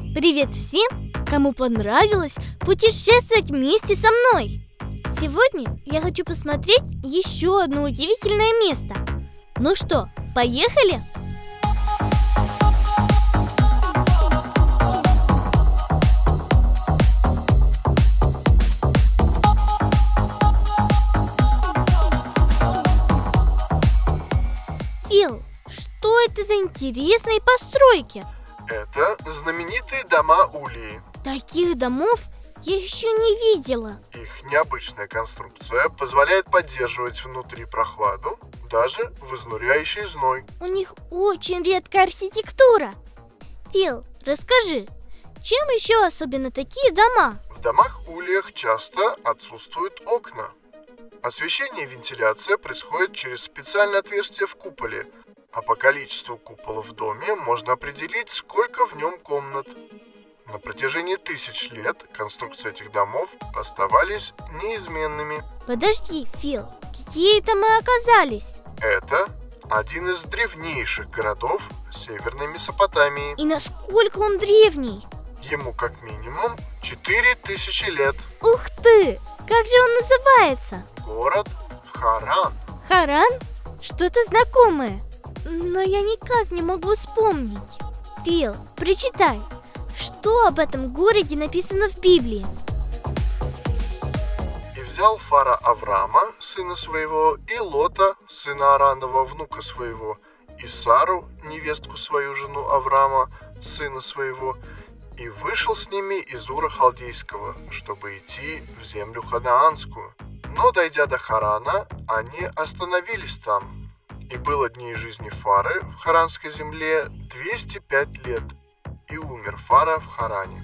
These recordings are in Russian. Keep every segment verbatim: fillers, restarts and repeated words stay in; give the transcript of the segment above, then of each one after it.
Привет всем, кому понравилось путешествовать вместе со мной. Сегодня я хочу посмотреть еще одно удивительное место. Ну что, поехали? Фил, что это за интересные постройки? Это знаменитые дома Улии. Таких домов я еще не видела. Их необычная конструкция позволяет поддерживать внутри прохладу, даже в изнуряющий зной. У них очень редкая архитектура. Фил, расскажи, чем еще особенно такие дома? В домах Улиях часто отсутствуют окна. Освещение и вентиляция происходит через специальное отверстие в куполе, а по количеству куполов в доме можно определить, сколько в нем комнат. На протяжении тысяч лет конструкции этих домов оставались неизменными. Подожди, Фил, где это мы оказались? Это один из древнейших городов Северной Месопотамии. И насколько он древний? Ему как минимум четыре тысячи лет. Ух ты! Как же он называется? Город Харан. Харан? Что-то знакомое, но я никак не могу вспомнить. Фил, прочитай, что об этом городе написано в Библии. «И взял Фара Авраама, сына своего, и Лота, сына Аранова, внука своего, и Сару, невестку свою, жену Авраама, сына своего, и вышел с ними из Ура Халдейского, чтобы идти в землю ханаанскую. Но, дойдя до Харана, они остановились там. И было дней жизни Фары в харанской земле двести пять лет, и умер Фара в Харане».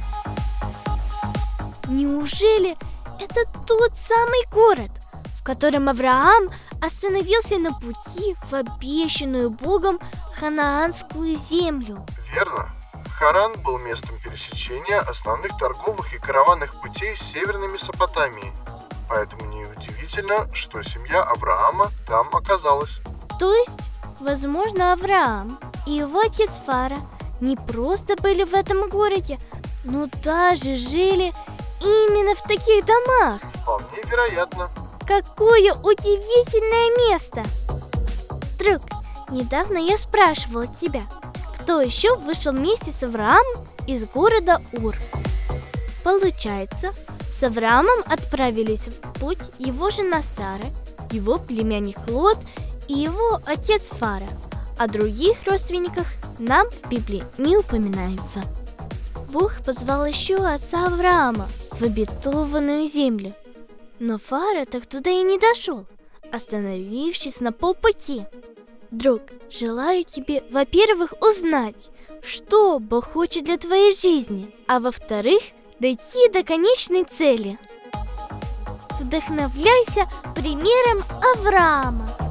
Неужели это тот самый город, в котором Авраам остановился на пути в обещанную Богом ханаанскую землю? Верно. Харан был местом пересечения основных торговых и караванных путей Северной Месопотамии. Поэтому неудивительно, что семья Авраама там оказалась. То есть, возможно, Авраам и его отец Фара не просто были в этом городе, но даже жили именно в таких домах. Вполне вероятно. Какое удивительное место! Друг, недавно я спрашивала тебя, кто еще вышел вместе с Авраамом из города Ур. Получается, с Авраамом отправились в путь его жена Сара, его племянник Лот и его отец Фара. О других родственниках нам в Библии не упоминается. Бог позвал еще отца Авраама в обетованную землю, но Фара так туда и не дошел, остановившись на полпути. Друг, желаю тебе, во-первых, узнать, что Бог хочет для твоей жизни, а во-вторых, дойти до конечной цели. Вдохновляйся примером Авраама.